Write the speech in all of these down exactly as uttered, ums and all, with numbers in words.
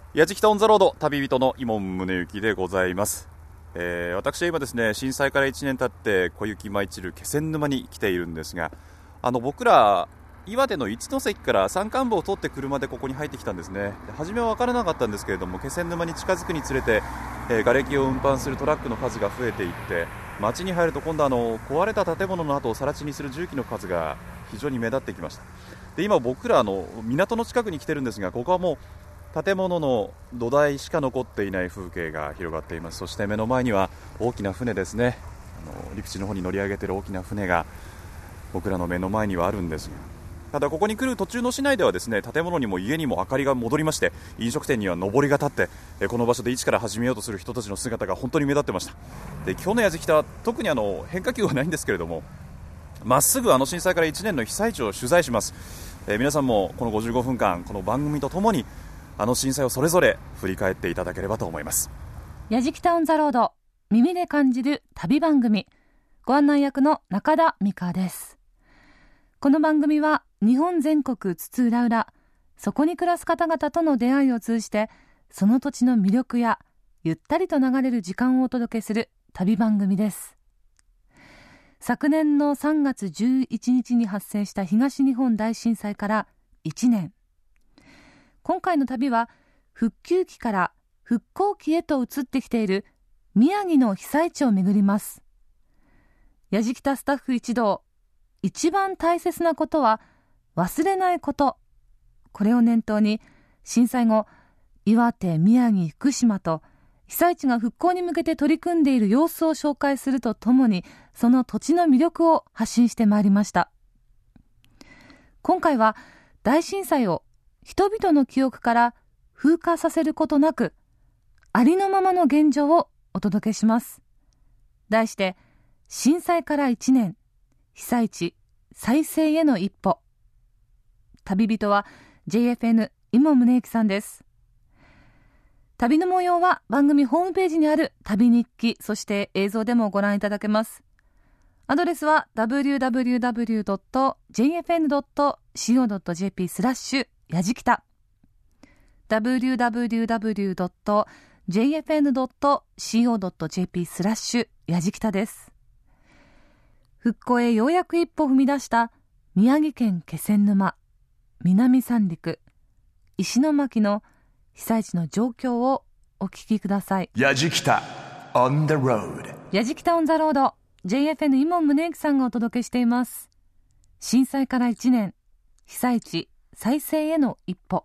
やじきたオンザロード、旅人の伊門宗行でございます。えー、私は今ですね、震災からいちねん経って小雪舞い散る気仙沼に来ているんですが、あの僕ら岩手の一ノ関から山間部を通って車でここに入ってきたんですね。初めは分からなかったんですけれども、気仙沼に近づくにつれて、えー、瓦礫を運搬するトラックの数が増えていって、街に入ると今度あの壊れた建物の跡を更地にする重機の数が非常に目立ってきました。で今僕らあの港の近くに来てるんですが、ここはもう建物の土台しか残っていない風景が広がっています。そして目の前には大きな船ですね。あの陸地の方に乗り上げている大きな船が僕らの目の前にはあるんですが、ただここに来る途中の市内ではですね、建物にも家にも明かりが戻りまして、飲食店には上りが立って、この場所で一から始めようとする人たちの姿が本当に目立ってました。で今日のやじきたは特にあの変化球はないんですけれども、まっすぐあの震災からいちねんの被災地を取材します。えー、皆さんもこのごじゅうごふんかんこの番組とともにあの震災をそれぞれ振り返っていただければと思います。 やじきたオンザロード、耳で感じる旅番組、ご案内役の中田美香です。この番組は日本全国津々浦々、そこに暮らす方々との出会いを通じて、その土地の魅力やゆったりと流れる時間をお届けする旅番組です。昨年のさんがつじゅういちにちに発生した東日本大震災からいちねん。今回の旅は復旧期から復興期へと移ってきている宮城の被災地を巡ります。やじきたスタッフ一同、一番大切なことは忘れないこと。これを念頭に、震災後、岩手、宮城、福島と被災地が復興に向けて取り組んでいる様子を紹介するとともに、その土地の魅力を発信してまいりました。今回は大震災を人々の記憶から風化させることなく、ありのままの現状をお届けします。題して、震災からいちねん、被災地再生への一歩。旅人は ジェイエフエヌ 伊門宗行さんです。旅の模様は番組ホームページにある旅日記、そして映像でもご覧いただけます。アドレスは ダブリューダブリューダブリュードットジェイエフエヌドットシーオードットジェーピー スラッシュやじきた ダブリューダブリューダブリュードットジェイエフエヌドットシーオードットジェーピー スラッシュやじきたです。復興へようやく一歩踏み出した宮城県気仙沼、南三陸、石巻の被災地の状況をお聞きください。 やじきた on the road、 やじきたオンザロード、 ジェイエフエヌ 伊門宗行さんがお届けしています。震災からいちねん、被災地再生への一歩。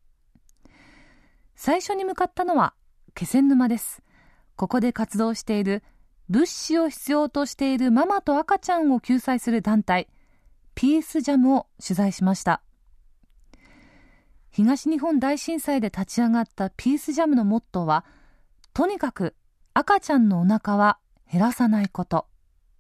最初に向かったのは気仙沼です。ここで活動している、物資を必要としているママと赤ちゃんを救済する団体、ピースジャムを取材しました。東日本大震災で立ち上がったピースジャムのモットーは、とにかく赤ちゃんのお腹は減らさないこと。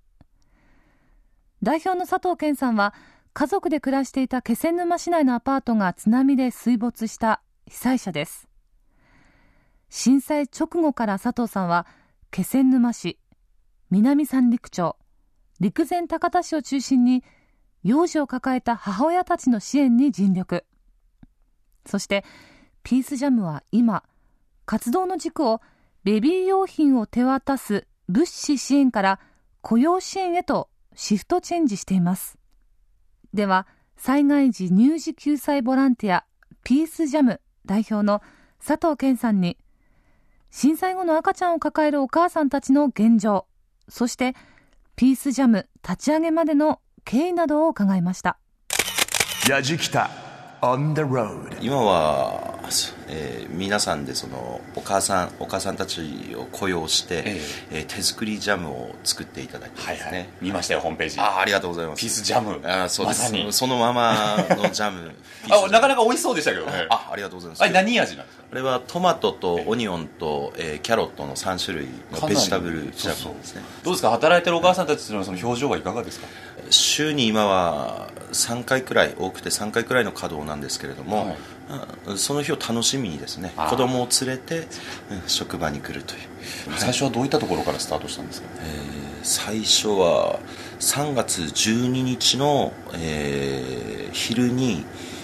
代表の佐藤健さんは、家族で暮らしていた気仙沼市内のアパートが津波で水没した被災者です。震災直後から佐藤さんは、気仙沼市、南三陸町、陸前高田市を中心に幼児を抱えた母親たちの支援に尽力。そしてピースジャムは今、活動の軸をベビー用品を手渡す物資支援から雇用支援へとシフトチェンジしています。では、災害時乳児救済ボランティアピースジャム代表の佐藤健さんに、震災後の赤ちゃんを抱えるお母さんたちの現状、そしてピースジャム立ち上げまでの経緯などを伺いました。 やじきた on the road。 今は、えー、皆さんでそのお母さんお母さんたちを雇用して、えーえー、手作りジャムを作っていただいてですね、はいはい、 見ましたよ、ホームページ。 あありがとうございます。 ピースジャム。 あそうです、 まさにそのままのジャムあなかなか美味しそうでしたけどね。 あありがとうございます。 あれ何味なんですか？ あれはトマトとオニオンと、えー、キャロットのさんしゅるいのベジタブルジャムですね。そうそう。 どうですか、働いてるお母さんたちのその表情はいかがですか？ 週に今はさんかいくらい、多くてさんかいくらいの稼働なんですけれども、はい、その日を楽しみにですね、子供を連れて、うん、職場に来るという。 最初はどういったところからスタートしたんですか？ えー、最初はさんがつじゅうににちの、えー、昼に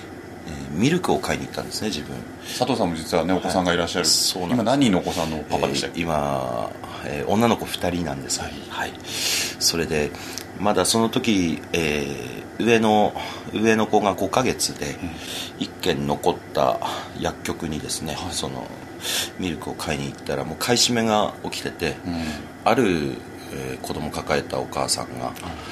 えー、ミルクを買いに行ったんですね自分。 佐藤さんも実はねお子さんがいらっしゃる、はい、 そうなんです。 今何人のお子さんのパパでしたっけ？ えー、今、えー、女の子ふたりなんです、はいはい、それでまだその時、えー、上の上の子がごかげつで、うん、いっけん残った薬局にですね、はい、そのミルクを買いに行ったらもう買い占めが起きてて、うん、ある、えー、子供抱えたお母さんが、うん、あの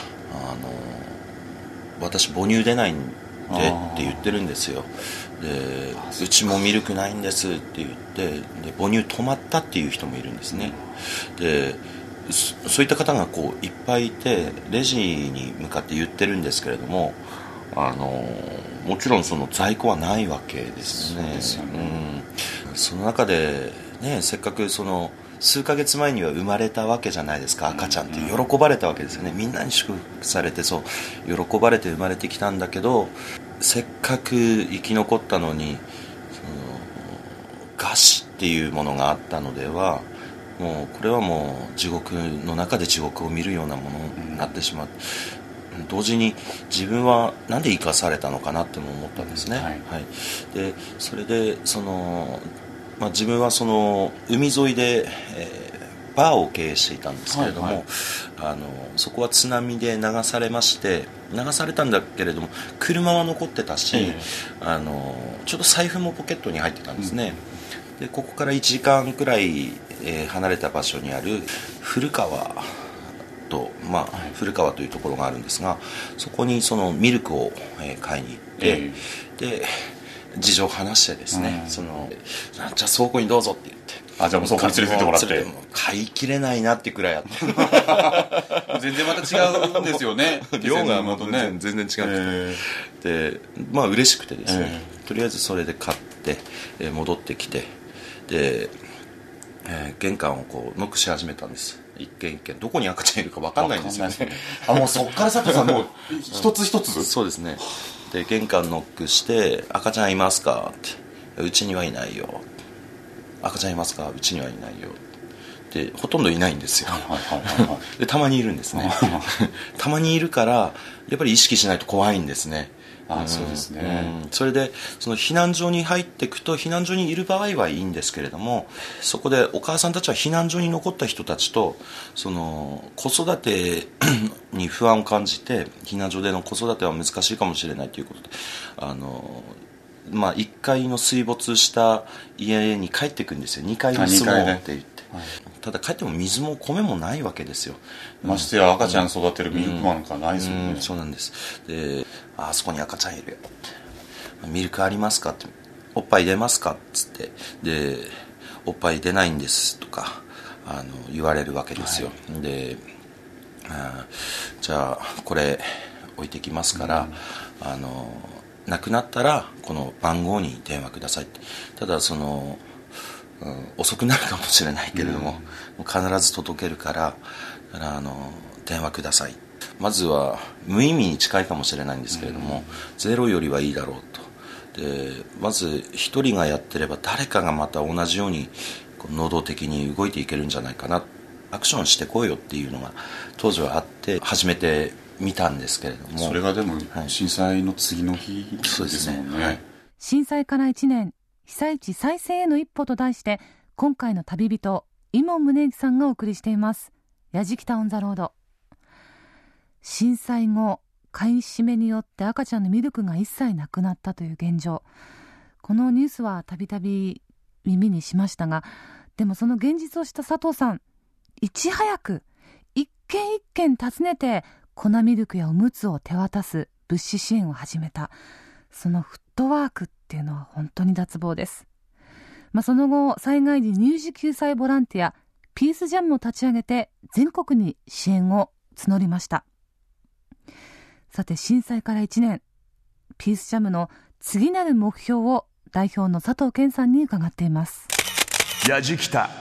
私母乳出ないんでって言ってるんですよ。でうちもミルクないんですって言ってで母乳止まったっていう人もいるんですね。でそ, そういった方がこういっぱいいてレジに向かって言ってるんですけれども、あのもちろんその在庫はないわけですよね。 そうですよね、うん、その中で、ね、せっかくその数ヶ月前には生まれたわけじゃないですか。赤ちゃんって喜ばれたわけですよね。みんなに祝福されてそう喜ばれて生まれてきたんだけど、せっかく生き残ったのにその餓死っていうものがあったのではもうこれはもう地獄の中で地獄を見るようなものになってしまう、うん、同時に自分はなんで生かされたのかなっても思ったんですね、はいはい、でそれでそのまあ、自分はその海沿いで、えー、バーを経営していたんですけれども、はいはい、あのそこは津波で流されまして流されたんだけれども車は残ってたし、えー、あのちょっと財布もポケットに入ってたんですね、うん、でここからいちじかんくらい、えー、離れた場所にある古川と、まあ、古川というところがあるんですがそこにそのミルクを、えー、買いに行って、えー、で事情を話してですね、うん、そのじゃあ倉庫にどうぞって言ってあじゃあもう倉庫に連れてってもらって買いきれないなってくらいあって全然また違うんですよね量がもう、ね、全然違くて、えー、でまあ嬉しくてですね、えー、とりあえずそれで買って、えー、戻ってきてで、えー、玄関をこうノックし始めたんです。一軒一軒どこに赤ちゃんいるか分かんないんですよね。 あもうそっから佐藤さんもう一つ一つ、 うん、そうですね。で玄関ノックして赤ちゃんいますかってうちにはいないよ。赤ちゃんいますかうちにはいないよでほとんどいないんですよでたまにいるんですねたまにいるからやっぱり意識しないと怖いんですね。 あ、うん、そうですね、 うん、それでその避難所に入っていくと避難所にいる場合はいいんですけれどもそこでお母さんたちは避難所に残った人たちとその子育てに不安を感じて避難所での子育ては難しいかもしれないということであのまあ、いっかいの水没した家に帰っていくんですよ。にかいに住もうって言って、はい、ただ帰っても水も米もないわけですよ。 ましてや赤ちゃん育てるミルクマンなんかないですもんね、 うんうん、そうなんです。であそこに赤ちゃんいるよってミルクありますかっておっぱい出ますかっつってでおっぱい出ないんですとかあの言われるわけですよ、はい、であじゃあこれ置いてきますから、うん、あのなくなったらこの番号に電話くださいって。ただその、うん、遅くなるかもしれないけれども、うん、必ず届けるからだからあの電話ください。まずは無意味に近いかもしれないんですけれども、うん、ゼロよりはいいだろうと。でまず一人がやってれば誰かがまた同じように能動的に動いていけるんじゃないかな。アクションしてこいよっていうのが当時はあって始めて見たんですけれどもそれがでも震災の次の日ですもんね、はい、 震災からいちねん被災地再生への一歩と題して今回の旅人伊門宗行さんがお送りしていますやじきたオンザロード。震災後買い占めによって赤ちゃんのミルクが一切なくなったという現状、このニュースはたびたび耳にしましたがでもその現実を知った佐藤さんいち早く一軒一軒訪ねて粉ミルクやおむつを手渡す物資支援を始めた。そのフットワークっていうのは本当に脱帽です、まあ、その後災害時乳児救済ボランティアピースジャムを立ち上げて全国に支援を募りました。さて震災からいちねんピースジャムの次なる目標を代表の佐藤健さんに伺っています。 やじきた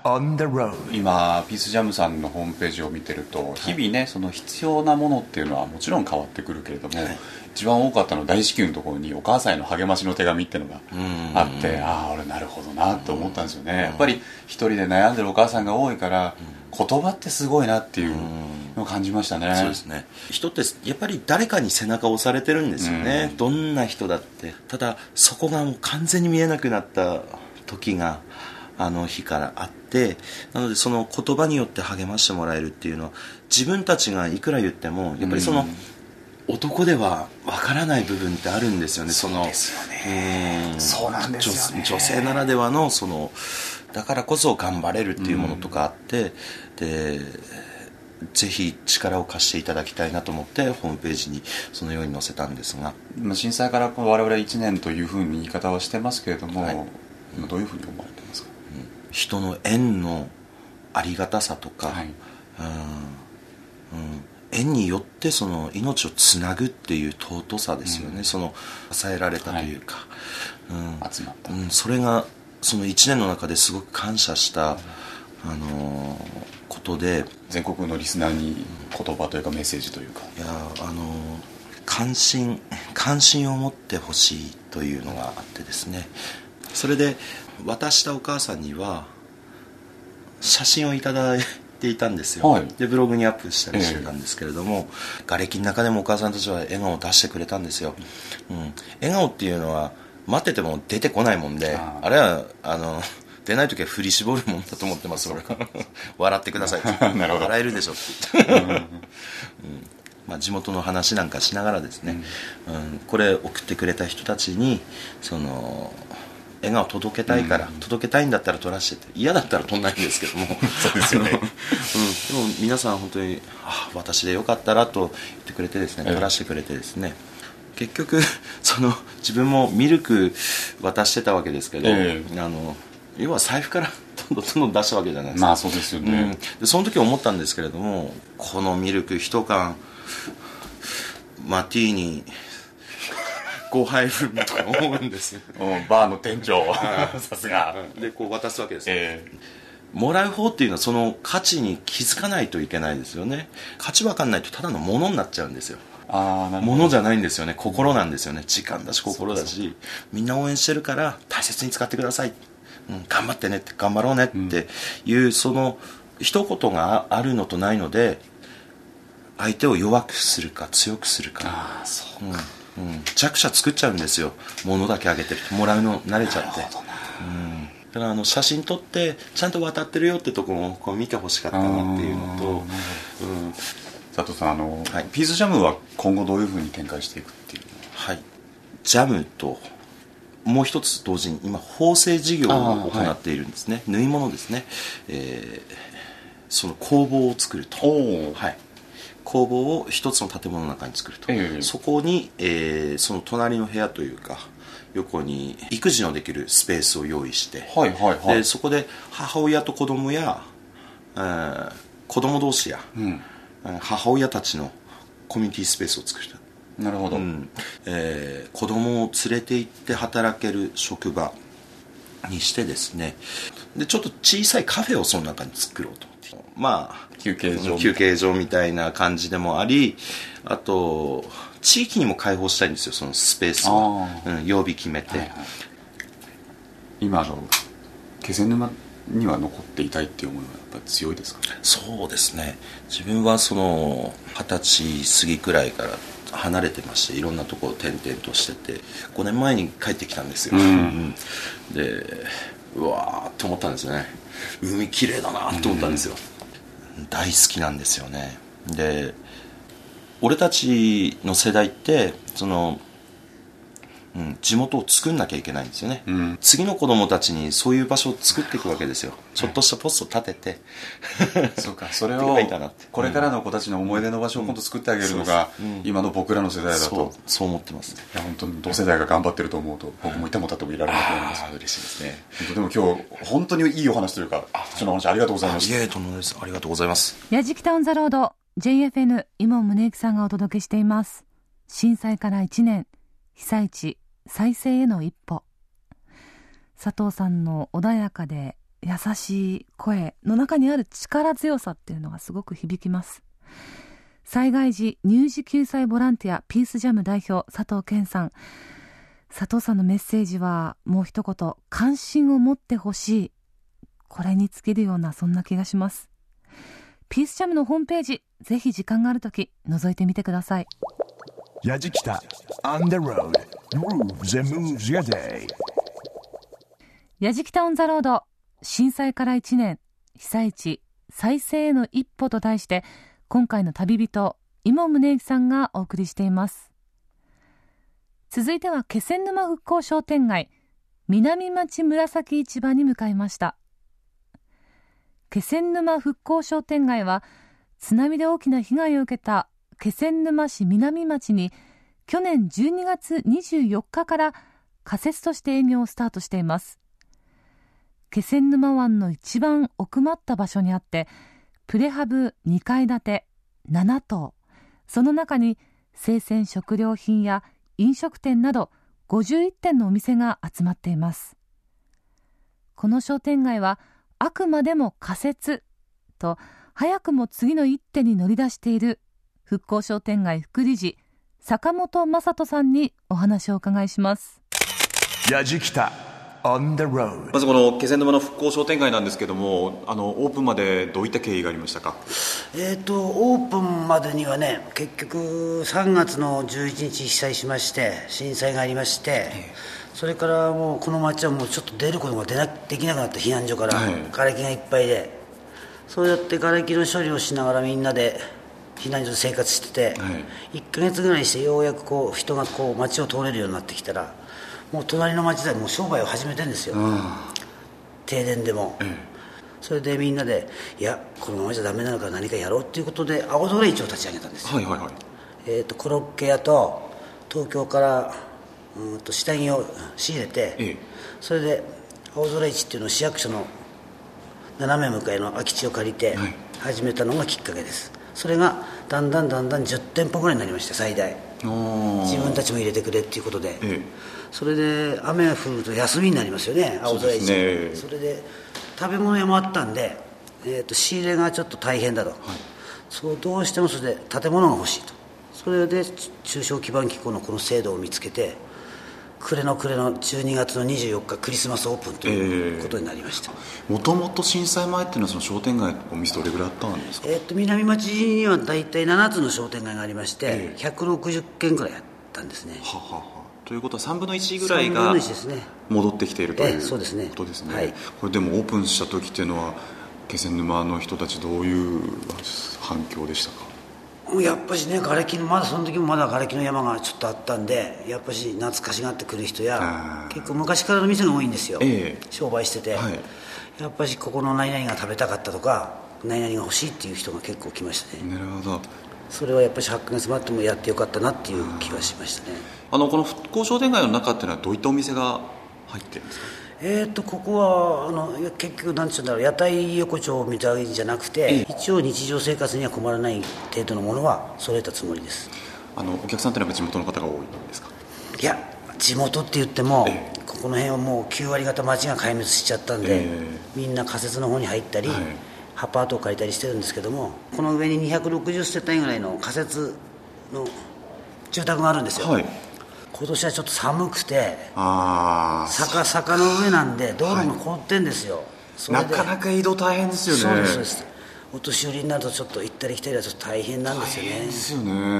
on the road。 今ピースジャムさんのホームページを見てると、日々ね、その必要なものっていうのはもちろん変わってくるけれども、はい、一番多かったのは大至急のところにお母さんへの励ましの手紙っていうのがあって、ああ俺なるほどなって思ったんですよね。やっぱり一人で悩んでるお母さんが多いから、言葉ってすごいなっていうのを感じましたね。 そうですね。人ってやっぱり誰かに背中を押されてるんですよね。どんな人だって。ただそこがもう完全に見えなくなった時があの日からあって、なのでその言葉によって励ましてもらえるっていうのは、自分たちがいくら言ってもやっぱりその、うん、男ではわからない部分ってあるんですよね。 そうですよね。 うん、 そうなんですよね。 女性ならではのそのだからこそ頑張れるっていうものとかあって、うん、でぜひ力を貸していただきたいなと思ってホームページにそのように載せたんですが、 震災から我々いちねんというふうに言い方はしてますけれども、はい、どういうふうに思われてますか？ 人の縁のありがたさとか、はい、うんうん、縁によってその命をつなぐっていう尊さですよね、うん、その支えられたというか、 はい、うん、集まった、 うん、それがそのいちねんの中ですごく感謝した、うん、あのー、ことで、 全国のリスナーに言葉というかメッセージというか、 いや、あのー、関心関心を持ってほしいというのがあってですね、それで渡したお母さんには写真をいただいていたんですよ、はい、でブログにアップしたりしてたんですけれども、えー、瓦礫の中でもお母さんたちは笑顔を出してくれたんですよ、うん、笑顔っていうのは待ってても出てこないもんで、 あ, あれはあの出ないときは振り絞るもんだと思ってます俺笑ってくださいって笑えるでしょって言って、うんうん、まあ、地元の話なんかしながらですね、うんうん、これ送ってくれた人たちにその笑顔届けたいから、うん、届けたいんだったら撮らせて、嫌だったら撮んないんですけどもそうですよね、うん、でも皆さん本当にあ私でよかったらと言ってくれてですね、撮らせてくれてですね、えー、結局その自分もミルク渡してたわけですけど、えー、あの要は財布からどんどんどんどん出したわけじゃないですか。 まあそうですよね、 うん、でその時思ったんですけれども、このミルク一缶マティーニごはいぶんとか思うんですよバーの店長さすがでこう渡すわけですよ、えー、もらう方っていうのはその価値に気づかないといけないですよね。価値分かんないとただのものになっちゃうんですよ。 あ、なるほど。 ものじゃないんですよね、心なんですよね。時間だし心だし、みんな応援してるから大切に使ってください、うん、頑張ってねって頑張ろうねっていう、うん、その一言があるのとないので相手を弱くするか強くするか。 ああそうか、 うんうん、弱者作っちゃうんですよ。物だけあげてるともらうの慣れちゃって、 なるほどな、 うん、だからあの写真撮ってちゃんと渡ってるよってところをこう見てほしかったなっていうのと、うん、 佐藤さんあの、はい、ピースジャムは今後どういうふうに展開していくっていうの？ はい、ジャムともう一つ同時に今縫製事業を行っているんですね、はい、縫い物ですね、えー、その工房を作ると、はい、工房を一つの建物の中に作ると、えー、そこに、えー、その隣の部屋というか横に育児のできるスペースを用意して、 はいはいはい、 でそこで母親と子供や、えー、子供同士や、うん、母親たちのコミュニティスペースを作ると。 なるほど、 うん、えー、子供を連れて行って働ける職場にしてですね、でちょっと小さいカフェをその中に作ろうと思って、まあ休憩所休憩所みたいな感じでもあり、あと地域にも開放したいんですよ、そのスペースは、うん、曜日決めて、はいはい、 今の気仙沼には残っていたいっていう思いはやっぱり強いですか？ そうですね、自分はその二十歳過ぎくらいから離れてまして、いろんなところを転々としてて、ごねんまえに帰ってきたんですよ、うん、でうわーって思ったんですよね。海きれいだなって思ったんですよ、うん、大好きなんですよね。で俺たちの世代ってその、うん、地元を作んなきゃいけないんですよね、うん、次の子供たちにそういう場所を作っていくわけですよ。ちょっとしたポストを立ててそうか、それをこれからの子たちの思い出の場所を今度作ってあげるのが、うん、今の僕らの世代だと、 そう、そう思ってます。 いや本当に同世代が頑張ってると思うと僕もいても立ってもいられなくなります。 あ、嬉しいですね。 でも今日本当にいいお話というか、その話ありがとうございました。 いえいえ、とんでもないです。ありがとうございます。 やじきたオンザロード ジェイエフエヌ 今宗行さんがお届けしています。震災からいちねん、被災地再生への一歩。佐藤さんの穏やかで優しい声の中にある力強さっていうのがすごく響きます。災害時乳児救済ボランティアピースジャム代表佐藤健さん、佐藤さんのメッセージはもう一言、関心を持ってほしい、これに尽きるようなそんな気がします。ピースジャムのホームページ、ぜひ時間があるとき覗いてみてください。 やじきた On the road Grooves and Moves your day。 やじきたオンザロード、震災からいちねん、被災地再生への一歩と題して、今回の旅人伊門宗行さんがお送りしています。続いては気仙沼復興商店街南町紫市場に向かいました。気仙沼復興商店街は津波で大きな被害を受けた気仙沼市南町に去年じゅうにがつにじゅうよっかから仮設として営業をスタートしています。気仙沼湾の一番奥まった場所にあって、プレハブにかい建てなな棟、その中に生鮮食料品や飲食店などごじゅういってんのお店が集まっています。この商店街はあくまでも仮設と早くも次の一手に乗り出している復興商店街副理事坂本正人さんにお話をお伺いします。 やじきた On the road。 まずこの気仙沼の復興商店街なんですけども、あのオープンまでどういった経緯がありましたか？ えーとオープンまでにはね、結局さんがつのじゅういちにち被災しまして、震災がありまして、それからもうこの町はもうちょっと出ることが出なできなくなった、避難所から、はい、瓦礫がいっぱいで、そうやって瓦礫の処理をしながらみんなで避難所で生活してて、はい、いっかげつぐらいしてようやくこう人がこう町を通れるようになってきたら、もう隣の町でもう商売を始めてるんですよ、うん、停電でも、うん、それでみんなでいやこのままじゃダメなのから何かやろうということで青空市を立ち上げたんですよ、はいはいはい、えーとコロッケ屋と東京からうんと下着を仕入れて、ええ、それで青空市っていうのを市役所の斜め向かいの空き地を借りて始めたのがきっかけです。それがだんだんだんだんじゅってんぽぐらいになりました。最大自分たちも入れてくれっていうことで、ええ、それで雨が降ると休みになりますよね、青空市。 そ,、ね、それで食べ物屋もあったんで、えー、と仕入れがちょっと大変だと、はい、そうどうしてもそれで建物が欲しいと、それで中小基盤機構のこの制度を見つけて、暮れの暮れのじゅうにがつのにじゅうよっかクリスマスオープンということになりました。 もともと震災前っていうのはその商店街お店どれぐらいあったんですか？ えー、と南町には大体ななつの商店街がありまして、えー、ひゃくろくじゅっけんぐらいあったんですね。はははということはさんぶんのいちぐらいが戻ってきているという、 えー、そうですね、 ことですね、はい、これでもオープンした時っていうのは気仙沼の人たちどういう反響でしたか？ やっぱしね、瓦礫のまだその時もまだ瓦礫の山がちょっとあったんで、やっぱし懐かしがってくる人や結構昔からの店が多いんですよ、えー、商売してて、はい、やっぱしここの何々が食べたかったとか何々が欲しいっていう人が結構来ましたね。 なるほど。 それはやっぱしはちかげつ待ってもやってよかったなっていう気がしましたね。 あのこの復興商店街の中っていうのはどういったお店が入ってるんですか？ えー、とここはあの結局なんて言うんだろう、屋台横丁みたいじゃなくて、ええ、一応日常生活には困らない程度のものは揃えたつもりです。あのお客さんってのは地元の方が多いんですか？いや地元って言っても、ええ、ここの辺はもうきゅうわりがた町が壊滅しちゃったんで、え、みんな仮設の方に入ったり、はい、アパートを借りたりしてるんですけども、この上ににひゃくろくじゅっせったいぐらいの仮設の住宅があるんですよ、はい。今年はちょっと寒くて、あ坂坂の上なんで道路が凍ってんですよ、はい、それでなかなか移動大変ですよね。そうですそうです。お年寄りになるとちょっと行ったり来たりはちょっと大変なんですよね。大変ですよね、うん、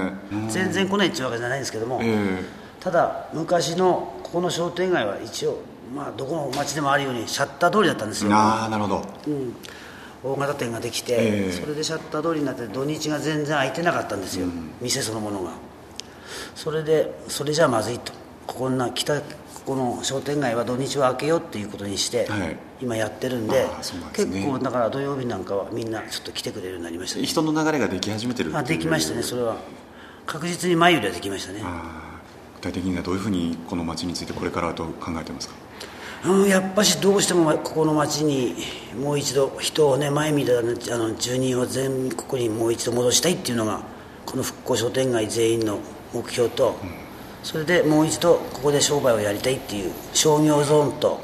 全然来ないっていうわけじゃないんですけども、えー、ただ昔のここの商店街は一応、まあ、どこの町でもあるようにシャッター通りだったんですよ。 ああなるほど、 うん、大型店ができて、えー、それでシャッター通りになって土日が全然空いてなかったんですよ、うん、店そのものが。それでそれじゃまずいと、ここな北ここの商店街は土日は開けようっていうことにして、はい、今やってるん で, そうなんですね、結構だから土曜日なんかはみんなちょっと来てくれるようになりました、ね、 人の流れができ始めてるっていう。 あできましたね。それは確実に前よりはできましたね。あ具体的にはどういうふうにこの町についてこれからはどう考えてますか？ うん、やっぱしどうしてもここの町にもう一度人をね、前見たあの住人を全ここにもう一度戻したいっていうのがこの復興商店街全員の目標と、うん、それでもう一度ここで商売をやりたいっていう商業ゾーンと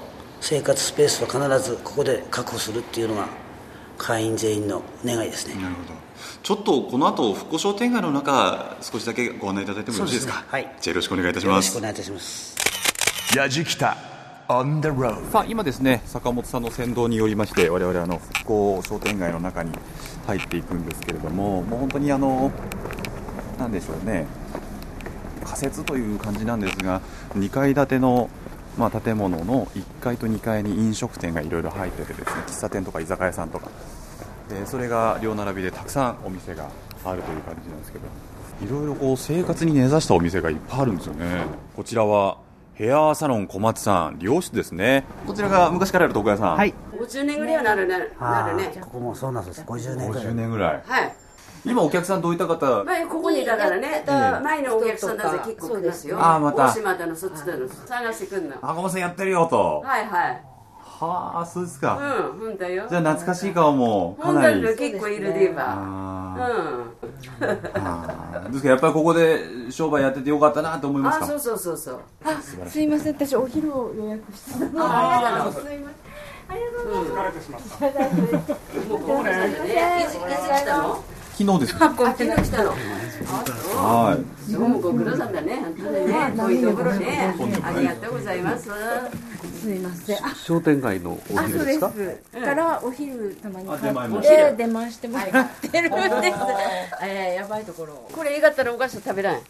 生活スペースは必ずここで確保するっていうのが会員全員の願いですね。 なるほど。ちょっとこの後復興商店街の中少しだけご案内いただいてもよろしいですか。 そうですね、はい、 じゃあよろしくお願いいたします。 よろしくお願いいたします。 やじきた on the road。 さあ今ですね、坂本さんの先導によりまして我々あの復興商店街の中に入っていくんですけれども、もう本当にあのなんでしょうね、仮設という感じなんですが、にかい建てのまあ建物のいっかいとにかいに飲食店がいろいろ入っててですね、喫茶店とか居酒屋さんとかで、それが両並びでたくさんお店があるという感じなんですけど、いろいろこう生活に根ざしたお店がいっぱいあるんですよね。こちらはヘアサロン小松さん、理容室ですね。こちらが昔からある床屋さん。 はい、 ごじゅうねんぐらいはなるね。なるね。 ここもそうなんです。ごじゅうねんぐらい。 ごじゅうねんぐらい。 はい。 今お客さんどういった方？ 前ここにいたからね、前のお客さんたち結構来ますよ。 ああ、また。 大島だのそっちだの探してくんの。 あ、小松さんやってるよと。 はいはい。 はあ、そうですか。 うん、本当よ。 じゃあ懐かしい顔もかなり。 本当結構いるでば。 うん。ですからやっぱりここで商売やっててよかったなと思いますか。 あ、そうそうそうそう。 あ、すいません、私お昼を予約してた。 あ、 あ、すいません。ありがとうございます。 もうここね、いつ来たの？ 昨日です。 あ、昨日来たの。 はい。 どうもご苦労さんだね。本当にね、こういうところね、ありがとうございます。 すいません。 商店街のお昼ですか？ そうです。からお昼たまに出前もで出回してもらってるんです。 えー、やばいところ。これいいかったらお菓子食べない。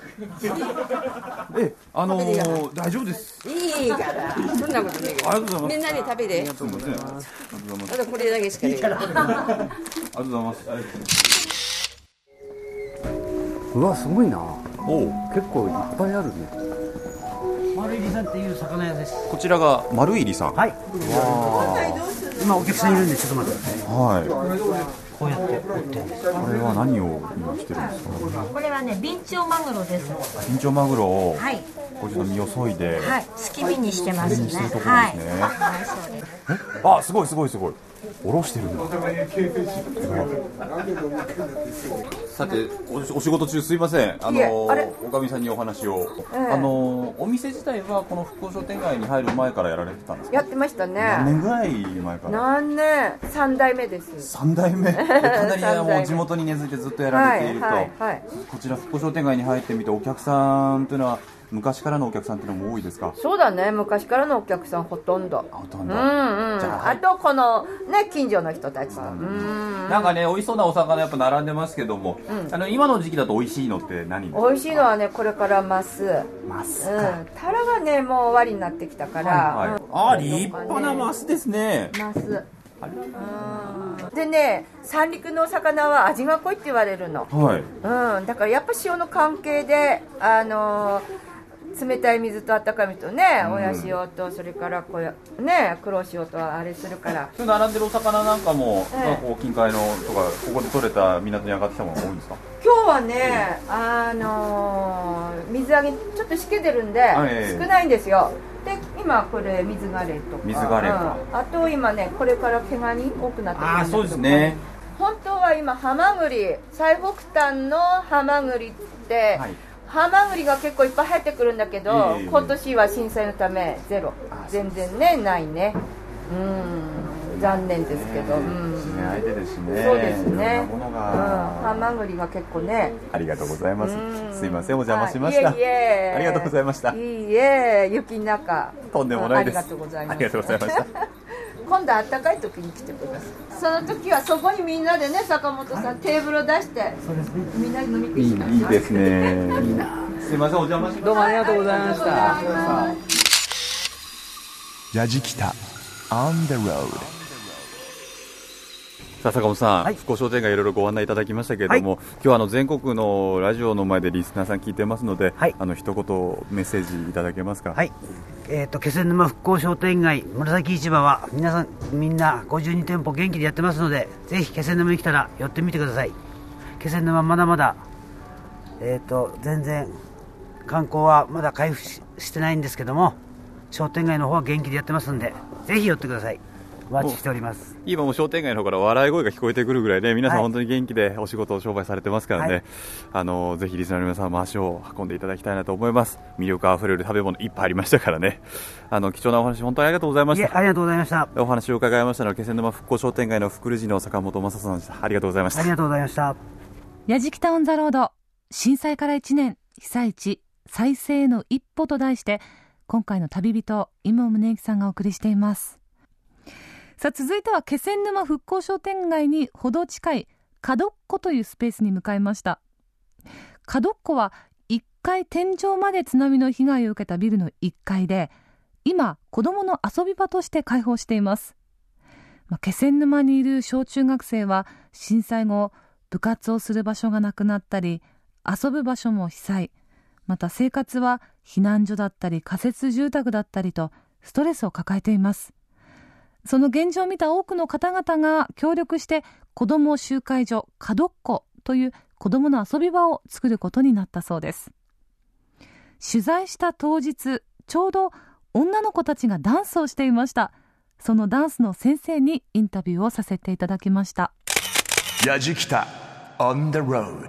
え、あのー、大丈夫です。 いいからそんなことないけど。 ありがとうございます。 みんなに食べて。 すみません。 あとこれだけしかないから。 ありがとうございます。 うわ、すごいな。 おう、 結構いっぱいあるね。 丸入さんっていう魚屋です。 こちらが丸入さん。 はい。今お客さんいるんでちょっと待ってください。 はい。 こうやって売ってるんです。 これは何を今してるんですか？ これはね、ビンチョウマグロです。 ビンチョウマグロを、 はい。 こちらの身を削いで、 はい、すき身にしてますね。 すき身にしてるところはい。 ですね。 はい、そうです。 あ、すごいすごいすごい。おろしてるんだ。さて お, お仕事中すいません。あのあれおかみさんにお話を、 ええ、 あのお店自体はこの復興商店街に入る前からやられてたんですか？ やってましたね。 何年ぐらい前から？ 何年？三代目です。 三代目。かなりもう地元に根付いてずっとやられていると、 はいはいはい、こちら復興商店街に入ってみてお客さんというのは昔からのお客さんっていうのも多いですか？ そうだね、昔からのお客さんほとんど。 ほとんど。 うんうん。 じゃあ、 あとこのね近所の人たちと。 うん。なんかね、美味しそうなお魚やっぱ並んでますけども、うん、あの今の時期だと美味しいのって何ですか？ 美味しいのはね、これからマス。 マスか。 うん。タラがねもう終わりになってきたから。 はいはい。うん、あ、立派なマスですね。 マス。でね、三陸のお魚は味が濃いって言われるの。 はい。 うん。だからやっぱ塩の関係であのー。冷たい水と温かい水とね、親塩とそれからこうね黒塩とあれするから。 並んでるお魚なんかも、 ええ、 こう近海のとかここで取れた港に上がってきたものが多いんですか？ 今日はね、あのー、水揚げちょっとしけてるんで、 ええ、 少ないんですよ。で今これ水ガレとか。 水ガレか。 うん、あと今ねこれから毛ガニ多くなってくるんだけど。 あ、そうですね。 本当は今ハマグリ、最北端のハマグリって。はい、ハマグリが結構いっぱい入ってくるんだけど、えー、今年は震災のためゼロ、全然ねないね。うん、残念ですけど。うん。 相手ですね。 そうですね。 ものが、 うん、ハマグリが結構ね。 ありがとうございます。すいません、お邪魔しました。 いえいえ。 ありがとうございました。 いいえ、雪の中。 とんでもないです。 ありがとうございます。 ありがとうございました。 今度暖かい時に来てください。その時はそこにみんなでね、坂本さん、はい、テーブルを出して、みんなで飲み食いしましょう。 いいですね。いいな。すいません、お邪魔しました。 どうもありがとうございました。 やじきた on the road。 さあ坂本さん、はい、復興商店街いろいろご案内いただきましたけれども、はい、今日はあの全国のラジオの前でリスナーさん聞いてますので、はい、あの一言メッセージいただけますか？ はい、えーと、気仙沼復興商店街紫市場は皆さんみんなごじゅうにてんぽ元気でやってますので、ぜひ気仙沼に来たら寄ってみてください。気仙沼まだまだ、えーと、全然観光はまだ回復 し, してないんですけども、商店街の方は元気でやってますので、ぜひ寄ってください。 お待ちしております。 今も商店街の方から笑い声が聞こえてくるぐらいね、皆さんはい本当に元気でお仕事を商売されてますからね、 はい、 あのぜひリスナーの皆さんも足を運んでいただきたいなと思います。魅力あふれる食べ物いっぱいありましたからね、あの貴重なお話本当にありがとうございました。 いえ、ありがとうございました。 お話を伺いましたのは気仙沼復興商店街の福留寺の坂本正さんでした。ありがとうございました。 ありがとうございました。 やじきたオンザロード、震災からいちねん、被災地再生への一歩と題して、今回の旅人今宗行さんがお送りしています。さあ、続いては気仙沼復興商店街に程近い角っこというスペースに向かいました。角っこはいっかい天井まで津波の被害を受けたビルのいっかいで、今子どもの遊び場として開放しています。まあ、気仙沼にいる小中学生は震災後部活をする場所がなくなったり、遊ぶ場所も被災、また生活は避難所だったり仮設住宅だったりとストレスを抱えています。その現状を見た多くの方々が協力して子ども集会所角っこという子どもの遊び場を作ることになったそうです。取材した当日、ちょうど女の子たちがダンスをしていました。そのダンスの先生にインタビューをさせていただきました。 やじきた on the road。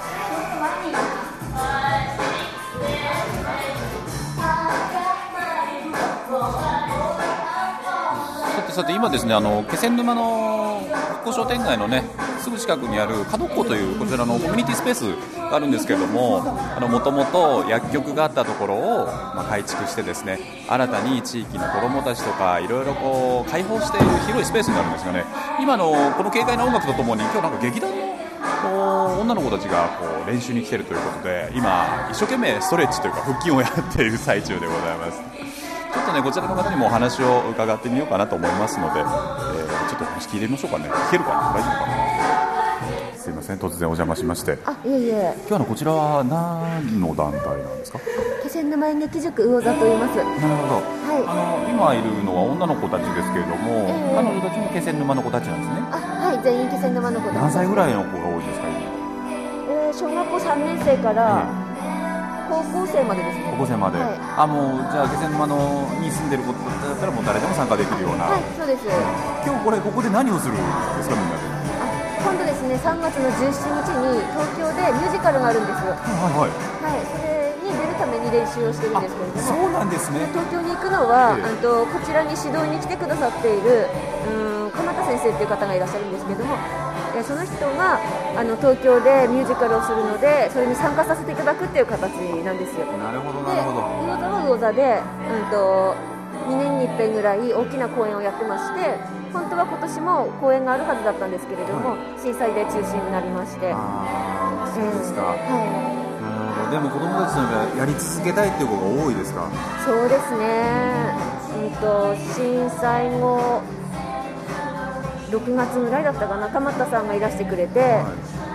さてさて今ですね、あの気仙沼の復興商店街のねすぐ近くにある角っこというこちらのコミュニティスペースがあるんですけれども、もともと薬局があったところを、まあ、改築してですね、新たに地域の子どもたちとかいろいろこう開放している広いスペースになるんですがね、今のこの軽快な音楽とともに今日なんか劇団のこう女の子たちがこう練習に来ているということで、今一生懸命ストレッチというか腹筋をやっている最中でございます。ちょっとねこちらの方にもお話を伺ってみようかなと思いますので、えー、ちょっとお話聞いてみましょうかね。聞けるかな、大丈夫かな。すいません、突然お邪魔しまして。 あ、いえいえ。 今日のこちらは何の団体なんですか？ 気仙沼演劇塾魚座と言います。なるほど、はい、あの今いるのは女の子たちですけれども、えー、彼女たちも気仙沼の子たちなんですね。 あ、はい、全員気仙沼の子です。 何歳ぐらいの子が多いですか今？ えー、小学校さんねん生から、えー高校生までですね。 高校生まで、はい、あもうじゃあ気仙沼のに住んでる子だったらもう誰でも参加できるような。 はい、そうです。 今日これここで何をするんですかみんなで？ あ、今度ですねさんがつのじゅうしちにちに東京でミュージカルがあるんですよ。 はいはいはい、それに出るために練習をしてるんですけれども。 そうなんですね。 東京に行くのは、ええ、とこちらに指導に来てくださっているうん鎌田先生っていう方がいらっしゃるんですけれども、その人があの東京でミュージカルをするので、それに参加させていただくっていう形なんですよ。 なるほどなるほど。 で、魚座は魚座で、うん、とにねんにいっぺんぐらい大きな公演をやってまして、本当は今年も公演があるはずだったんですけれども、はい、震災で中止になりまして。 ああ、そうですか。 えー、はい。 なるほど。でも子供たちのやり続けたいっていう子が多いですか？ そうですね。うんと震災後ろくがつぐらいだったかな、鎌田さんがいらしてくれて、はい、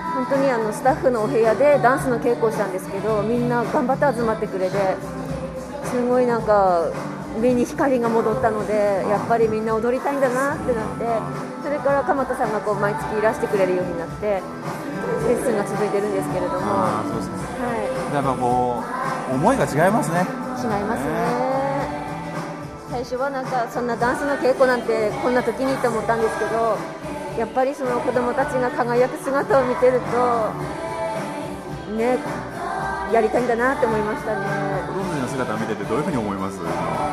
本当にあのスタッフのお部屋でダンスの稽古をしたんですけど、みんな頑張って集まってくれて、すごいなんか目に光が戻ったので、やっぱりみんな踊りたいんだなってなって、それから鎌田さんがこう毎月いらしてくれるようになってレッスンが続いてるんですけれども。 あ、そうですね。 はい、やっぱこう思いが違いますね。 違いますね。最初はなんかそんなダンスの稽古なんてこんな時にと思ったんですけど、やっぱりその子どもたちが輝く姿を見てるとね、やりたいんだなって思いましたね。 子どもたちの姿を見ててどういうふうに思います？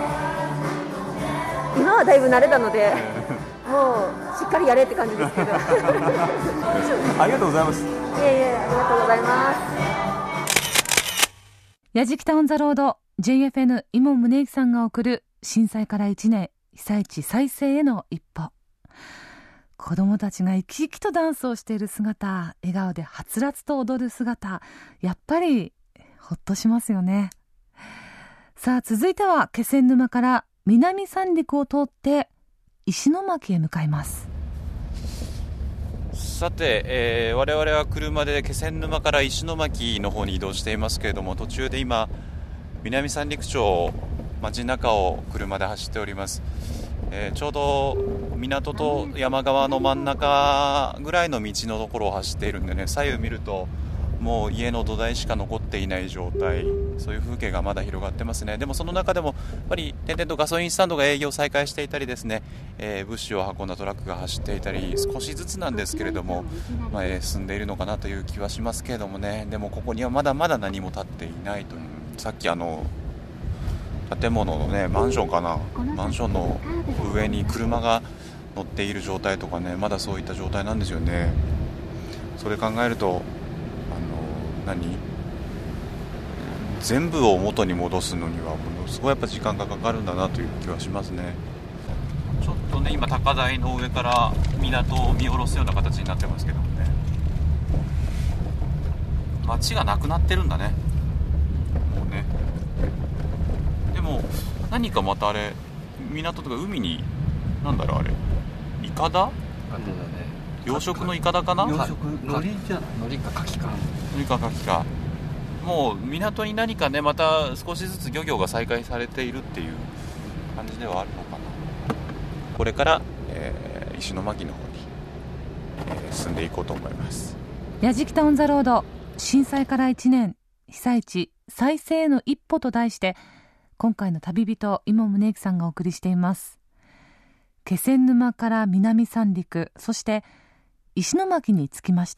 今はだいぶ慣れたので、もうしっかりやれって感じですけどありがとうございます。いえいえ、ありがとうございます。 やじきたオンザロード、 ジェイエフエヌ 今宗行さんが送る震災からいちねん、被災地再生への一歩。子どもたちが生き生きとダンスをしている姿、笑顔ではつらつと踊る姿、やっぱりほっとしますよね。さあ、続いては気仙沼から南三陸を通って石巻へ向かいます。 さて、えー、我々は車で気仙沼から石巻の方に移動していますけれども、途中で今南三陸町街中を車で走っております。えー、ちょうど港と山側の真ん中ぐらいの道のところを走っているんでね、左右見るともう家の土台しか残っていない状態そういう風景がまだ広がってますね。でもその中でもやっぱり点々とガソリンスタンドが営業再開していたりですね、えー、物資を運んだトラックが走っていたり、少しずつなんですけれども、まあえー、進んでいるのかなという気はしますけれどもね。でもここにはまだまだ何も建っていないという、さっきあの建物のね、マンションかな、マンションの上に車が乗っている状態とかね、まだそういった状態なんですよね。それ考えると、あの何全部を元に戻すのにはものすごいやっぱ時間がかかるんだなという気はしますね。ちょっとね、今高台の上から港を見下ろすような形になってますけどもね、街がなくなってるんだね、もうね。でも何かまたあれ、港とか海に、なんだろうあれ、イカダ、養殖のイカダかな、 養殖海苔じゃ海苔かカキか海苔かカキか。もう港に何かね、また少しずつ漁業が再開されているっていう感じではあるのかな。これから、えー、石巻の方に、えー、進んでいこうと思います。 やじきたオンザロード、震災からいちねん、被災地再生への一歩と題して、今回の旅人今宗行さんがお送りしています。気仙沼から南三陸、そして石巻に着きました。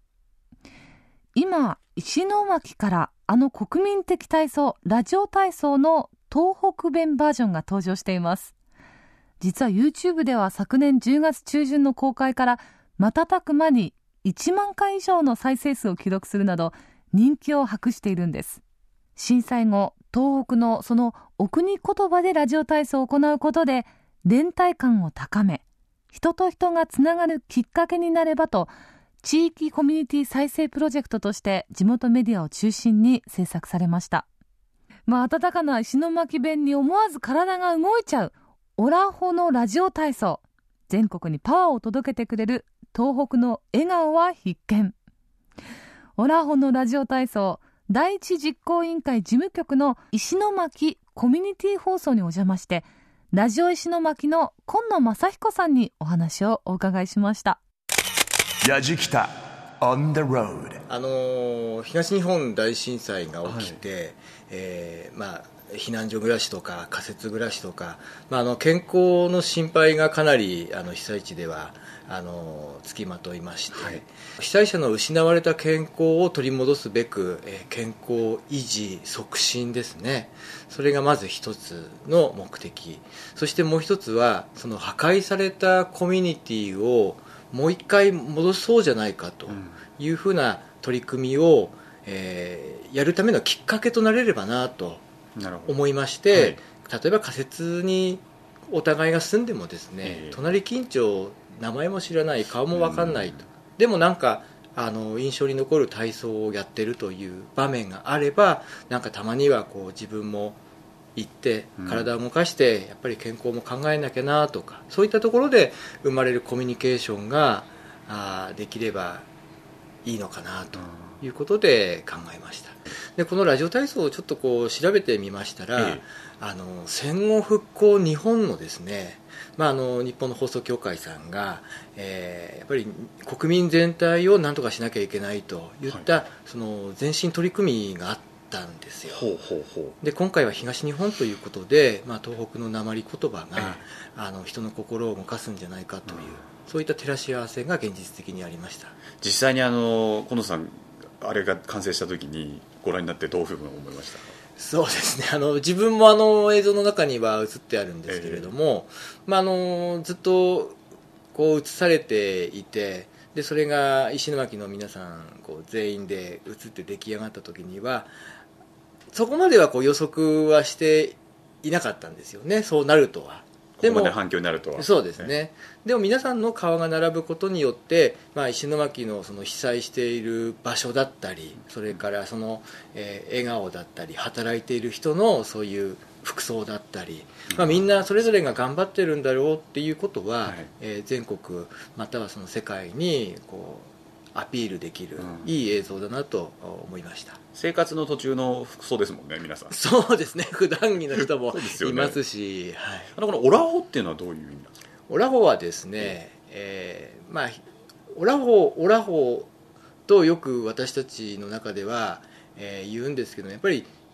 今石巻からあの国民的体操、ラジオ体操の東北弁バージョンが登場しています。実は YouTube では昨年じゅうがつ中旬の公開から瞬く間にいちまんかい以上の再生数を記録するなど人気を博しているんです。震災後、東北のそのお国言葉でラジオ体操を行うことで連帯感を高め、人と人がつながるきっかけになればと、地域コミュニティ再生プロジェクトとして地元メディアを中心に制作されました。まあ、温かな石巻弁に思わず体が動いちゃうオラホのラジオ体操、全国にパワーを届けてくれる東北の笑顔は必見。オラホのラジオ体操、第一実行委員会事務局の石巻コミュニティ放送にお邪魔して、ラジオ石巻の今野正彦さんにお話をお伺いしました。 やじきた on the road。 あの東日本大震災が起きて、はい、えー、まあ避難所暮らしとか仮設暮らしとか、まあ、あの健康の心配がかなりあの被災地ではあのつきまといまして、はい、被災者の失われた健康を取り戻すべく、えー、健康維持促進ですね、それがまず一つの目的。そしてもう一つはその破壊されたコミュニティをもう一回戻そうじゃないかというふうな取り組みを、えー、やるためのきっかけとなれればなと思いまして、はい、例えば仮設にお互いが住んでもですね、えー、隣近所名前も知らない、顔も分かんないと、でもなんかあの印象に残る体操をやってるという場面があれば、なんかたまにはこう自分も行って体を動かしてやっぱり健康も考えなきゃなとか、そういったところで生まれるコミュニケーションがあできればいいのかなということで考えました。でこのラジオ体操をちょっとこう調べてみましたら、ええ、あの戦後復興日本のですね、まあ、あの日本の放送協会さんが、えー、やっぱり国民全体を何とかしなきゃいけないといった、はい、その前進取り組みがあったんですよ。ほうほうほう。で今回は東日本ということで、まあ、東北の訛り言葉が、ええ、あの人の心を動かすんじゃないかという、うん、そういった照らし合わせが現実的にありました。 実際にあの近野さん、あれが完成した時にご覧になってどういうふうに思いましたか？ そうですね、あの自分もあの映像の中には映ってあるんですけれども、えーまあ、あのずっとこう映されていて、でそれが石巻の皆さんこう全員で映って出来上がった時にはそこまではこう予測はしていなかったんですよね、そうなるとは。 でもここまで反響になるとは。 そうですね、ね。でも皆さんの顔が並ぶことによって、まあ、石巻のその被災している場所だったり、それからその、えー、笑顔だったり働いている人のそういう服装だったり、まあ、みんなそれぞれが頑張ってるんだろうっていうことは、はい、えー、全国またはその世界にこうアピールできる、うん、いい映像だなと思いました。 生活の途中の服装ですもんね、皆さん。 そうですね、普段着の人もいますし、ね、はい、 あのこのオラホっていうのはどういう意味なんですか？ オラホはですね、えーまあ、オラホオラホとよく私たちの中では、えー、言うんですけど、やっぱり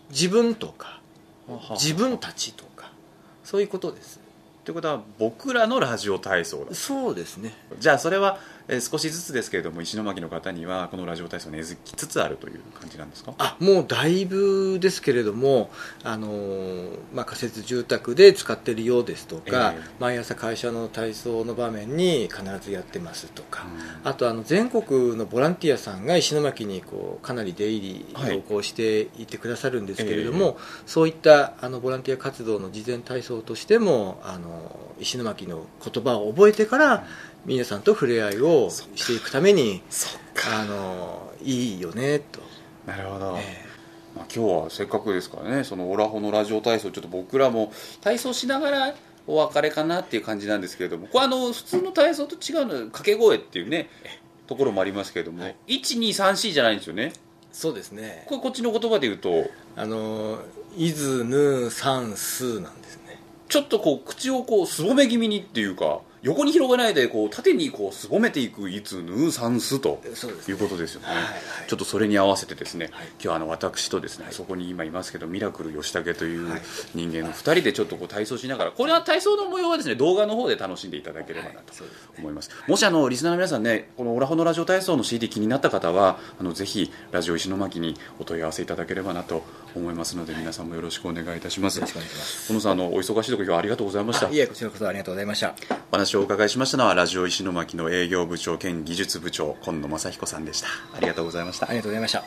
自分とか自分たちとかそういうことです。 ということは僕らのラジオ体操だ。 そうですね。 じゃあそれは、えー、少しずつですけれども石巻の方にはこのラジオ体操根付きつつあるという感じなんですか？ あ、もうだいぶですけれども、あのーまあ、仮設住宅で使っているようですとか、えー、毎朝会社の体操の場面に必ずやってますとか、うん、あとあの全国のボランティアさんが石巻にこうかなり出入りをこうしていてくださるんですけれども、はい、えー、そういったあのボランティア活動の事前体操としてもあの石巻の言葉を覚えてから、うん、皆さんと触れ合いをしていくためにあのいいよねと。 なるほど、えーまあ、今日はせっかくですからね、そのオラホのラジオ体操ちょっと僕らも体操しながらお別れかなっていう感じなんですけれども、これあの普通の体操と違うの掛け声っていうねところもありますけれども、はい、いちにさんしじゃないんですよね。 そうですね。 これこっちの言葉で言うとあのイズヌサンスなんですね。 ちょっとこう口をこうすぼめ気味にっていうか横に広げないでこう縦にこうすぼめていくいつぬさんすということですよね。はいはい、ちょっとそれに合わせてですね、はい、今日はあの私とですね、はい、そこに今いますけどミラクル吉武という人間のふたりでちょっとこう体操しながら、これは体操の模様はですね動画の方で楽しんでいただければなと思います。はい、もしあのリスナーの皆さんね、このオラホのラジオ体操の シーディー 気になった方はあのぜひラジオ石巻にお問い合わせいただければなと思いますので、皆さんもよろしくお願いいたします。よろしくお願いします。小野さん、あのお忙しいところ今日はありがとうございました。 いえ、こちらこそありがとうございました。 お話をお伺いしましたのはラジオ石巻の営業部長兼技術部長今野正彦さんでした。ありがとうございました。 ありがとうございました。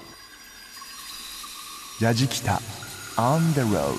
やじきた On the road。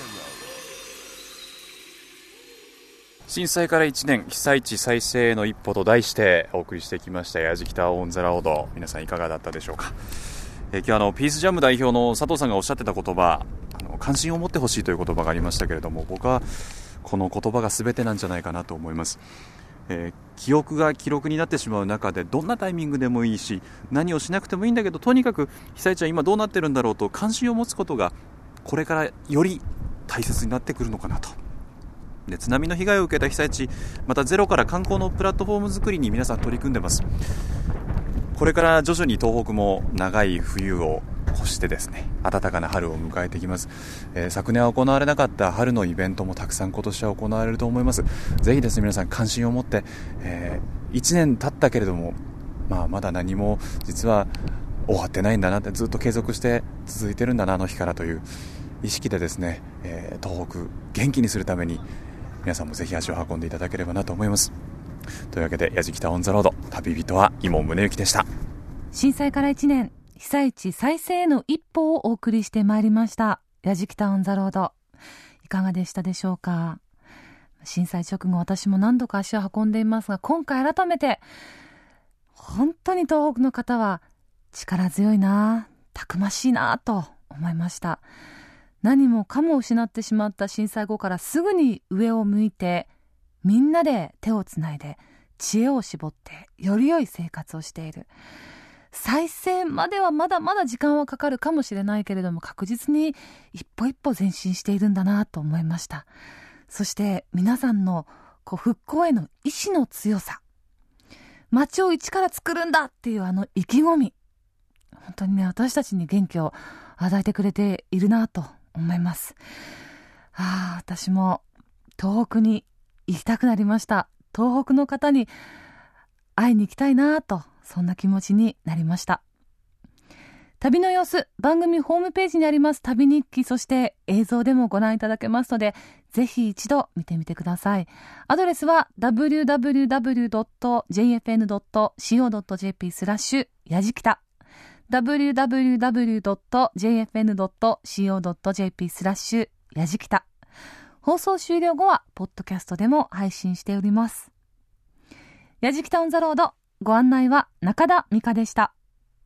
震災からいちねん、被災地再生への一歩と題してお送りしてきましたやじきたオンザロード、皆さんいかがだったでしょうか。えー、今日あのピースジャム代表の佐藤さんがおっしゃってた言葉、あの関心を持ってほしいという言葉がありましたけれども、僕はこの言葉が全てなんじゃないかなと思います。えー、記憶が記録になってしまう中でどんなタイミングでもいいし何をしなくてもいいんだけど、とにかく被災地は今どうなってるんだろうと関心を持つことがこれからより大切になってくるのかなと。で、津波の被害を受けた被災地、またゼロから観光のプラットフォーム作りに皆さん取り組んでます。これから徐々に東北も長い冬を越してですね、暖かな春を迎えてきます。えー、昨年は行われなかった春のイベントもたくさん今年は行われると思います。ぜひですね皆さん関心を持って、えー、いちねん経ったけれども、まあ、まだ何も実は終わってないんだなって、ずっと継続して続いてるんだなあの日からという意識でですね、えー、東北元気にするために皆さんもぜひ足を運んでいただければなと思います。というわけでやじきたオンザロード、旅人は伊門宗行でした。 震災からいちねん、被災地再生への一歩をお送りしてまいりました。やじきたオンザロード、いかがでしたでしょうか。震災直後私も何度か足を運んでいますが、今回改めて本当に東北の方は力強いな、たくましいなと思いました。何もかも失ってしまった震災後からすぐに上を向いて、みんなで手をつないで知恵を絞ってより良い生活をしている。再生まではまだまだ時間はかかるかもしれないけれども、確実に一歩一歩前進しているんだなと思いました。そして皆さんのこう復興への意志の強さ、街を一から作るんだっていうあの意気込み、本当にね私たちに元気を与えてくれているなと思います。ああ、私も東北に行きたくなりました。東北の方に会いに行きたいなと、そんな気持ちになりました。旅の様子、番組ホームページにあります旅日記、そして映像でもご覧いただけますので、ぜひ一度見てみてください。アドレスは ダブリューダブリューダブリュードットジェイエフエヌドットシーオードットジェーピー スラッシュやじきた ダブリューダブリューダブリュードットジェイエフエヌドットシーオードットジェーピー スラッシュやじきた。放送終了後はポッドキャストでも配信しております。やじきたオンザロード、ご案内は中田美香でした。